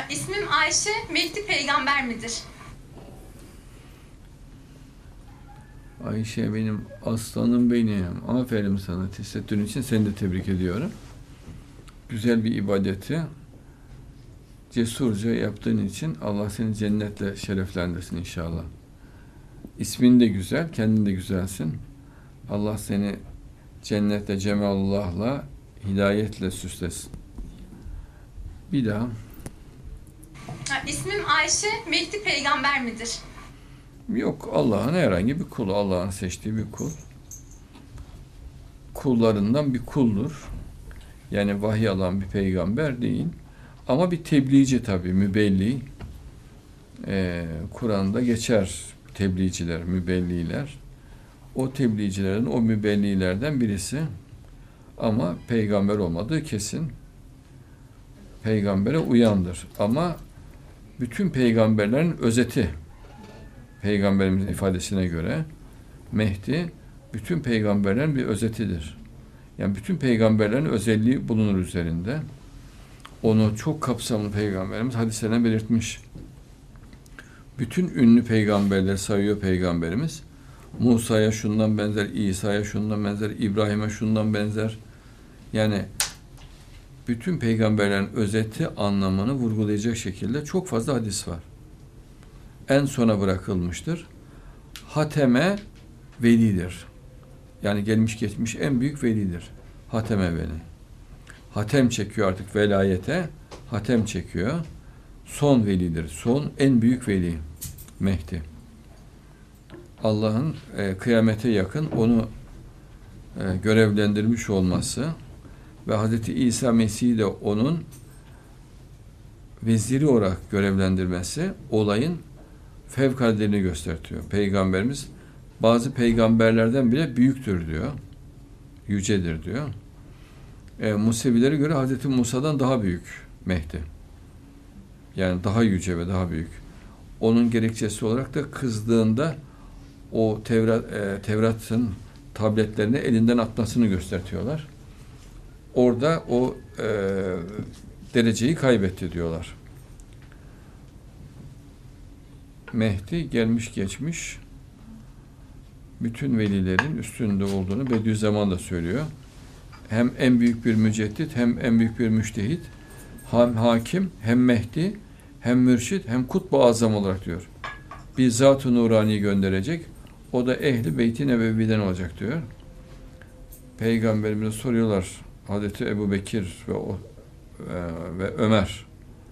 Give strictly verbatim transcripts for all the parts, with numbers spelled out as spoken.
İsmim Ayşe, Mehdi peygamber midir? Ayşe benim aslanım benim. Aferin sana. Tesettürün için seni de tebrik ediyorum. Güzel bir ibadeti cesurca yaptığın için Allah seni cennetle şereflendirsin inşallah. İsmin de güzel, kendin de güzelsin. Allah seni cennette cemalullah'la, hidayetle süslesin. Bir daha. İsmim Ayşe, Mehdi peygamber midir? Yok, Allah'ın herhangi bir kulu, Allah'ın seçtiği bir kul. Kullarından bir kuldur. Yani vahiy alan bir peygamber değil. Ama bir tebliğci tabii, mübelli. Ee, Kur'an'da geçer tebliğciler, mübelliler. O tebliğcilerin, o mübellilerden birisi. Ama peygamber olmadığı kesin. Peygambere uyandır. Ama bütün peygamberlerin özeti, Peygamberimizin ifadesine göre Mehdi bütün peygamberlerin bir özetidir. Yani bütün peygamberlerin özelliği bulunur üzerinde. Onu çok kapsamlı Peygamberimiz hadislerine belirtmiş. Bütün ünlü peygamberleri sayıyor Peygamberimiz. Musa'ya şundan benzer, İsa'ya şundan benzer, İbrahim'e şundan benzer. Yani bütün peygamberlerin özeti anlamını vurgulayacak şekilde çok fazla hadis var. En sona bırakılmıştır. Hateme velidir. Yani gelmiş geçmiş en büyük velidir. Hateme veli. Hatem çekiyor artık velayete. Hatem çekiyor. Son velidir. Son en büyük veli. Mehdi. Allah'ın e, kıyamete yakın onu e, görevlendirmiş olması ve Hazreti İsa Mesih'i de onun veziri olarak görevlendirmesi olayın fevkaladelerini gösteriyor. Peygamberimiz bazı peygamberlerden bile büyüktür diyor. Yücedir diyor. E, Musevilere göre Hazreti Musa'dan daha büyük Mehdi. Yani daha yüce ve daha büyük. Onun gerekçesi olarak da kızdığında o Tevrat, e, Tevrat'ın tabletlerini elinden atmasını gösteriyorlar. Orada o e, dereceyi kaybetti diyorlar. Mehdi gelmiş geçmiş bütün velilerin üstünde olduğunu Bediüzzaman da söylüyor. Hem en büyük bir müceddit hem en büyük bir müştehit, hem hakim, hem Mehdi, hem mürşid, hem kutbu azam olarak diyor. Bir zat-ı nurani gönderecek. O da ehli beyti nebeviden olacak diyor. Peygamberimize soruyorlar. Hazreti Ebu Bekir ve, o, e, ve Ömer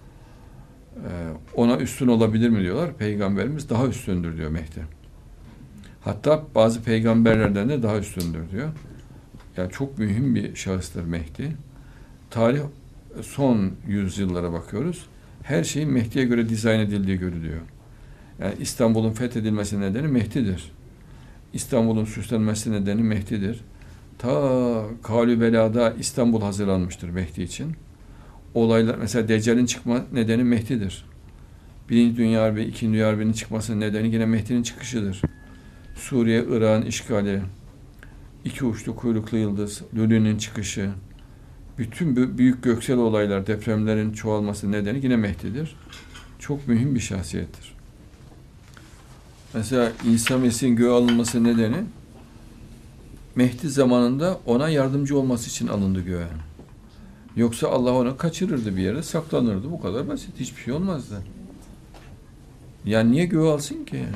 e, ona üstün olabilir mi diyorlar. Peygamberimiz daha üstündür diyor Mehdi. Hatta bazı peygamberlerden de daha üstündür diyor. Yani çok mühim bir şahıstır Mehdi. Tarih son yüzyıllara bakıyoruz. Her şeyin Mehdi'ye göre dizayn edildiği görülüyor. Yani İstanbul'un fethedilmesi nedeni Mehdi'dir. İstanbul'un süslenmesi nedeni Mehdi'dir. Ta Kalübela'da İstanbul hazırlanmıştır Mehdi için. Olaylar, mesela Deccal'in çıkma nedeni Mehdi'dir. Birinci Dünya Harbi, İkinci Dünya Harbi'nin çıkmasının nedeni yine Mehdi'nin çıkışıdır. Suriye, Irak'ın işgali, iki uçlu kuyruklu yıldız, Lülü'nün çıkışı, bütün büyük göksel olaylar, depremlerin çoğalması nedeni yine Mehdi'dir. Çok mühim bir şahsiyettir. Mesela İsa Mesih'in göğe alınması nedeni Mehdi zamanında ona yardımcı olması için alındı göğe. Yoksa Allah onu kaçırırdı bir yere, saklanırdı. Bu kadar basit. Hiçbir şey olmazdı. Yani niye göğe alsın ki?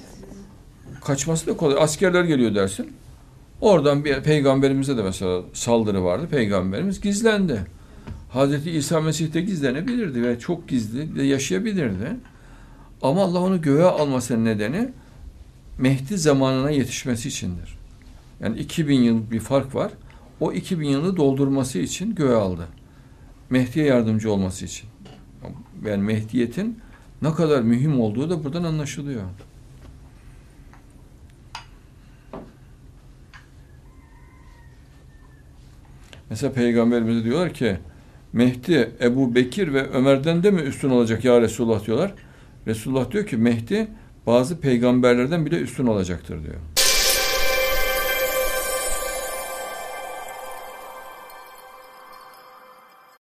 Kaçması da kolay. Askerler geliyor dersin. Oradan bir peygamberimize de mesela saldırı vardı. Peygamberimiz gizlendi. Hazreti İsa Mesih de gizlenebilirdi ve çok gizli de yaşayabilirdi. Ama Allah onu göğe almasının nedeni Mehdi zamanına yetişmesi içindir. Yani iki bin yıl bir fark var. O iki bin yılı doldurması için göğe aldı. Mehdi'ye yardımcı olması için. Yani Mehdiyet'in ne kadar mühim olduğu da buradan anlaşılıyor. Mesela Peygamberimize diyorlar ki Mehdi Ebu Bekir ve Ömer'den de mi üstün olacak ya Resulullah diyorlar. Resulullah diyor ki Mehdi bazı peygamberlerden bile üstün olacaktır diyor.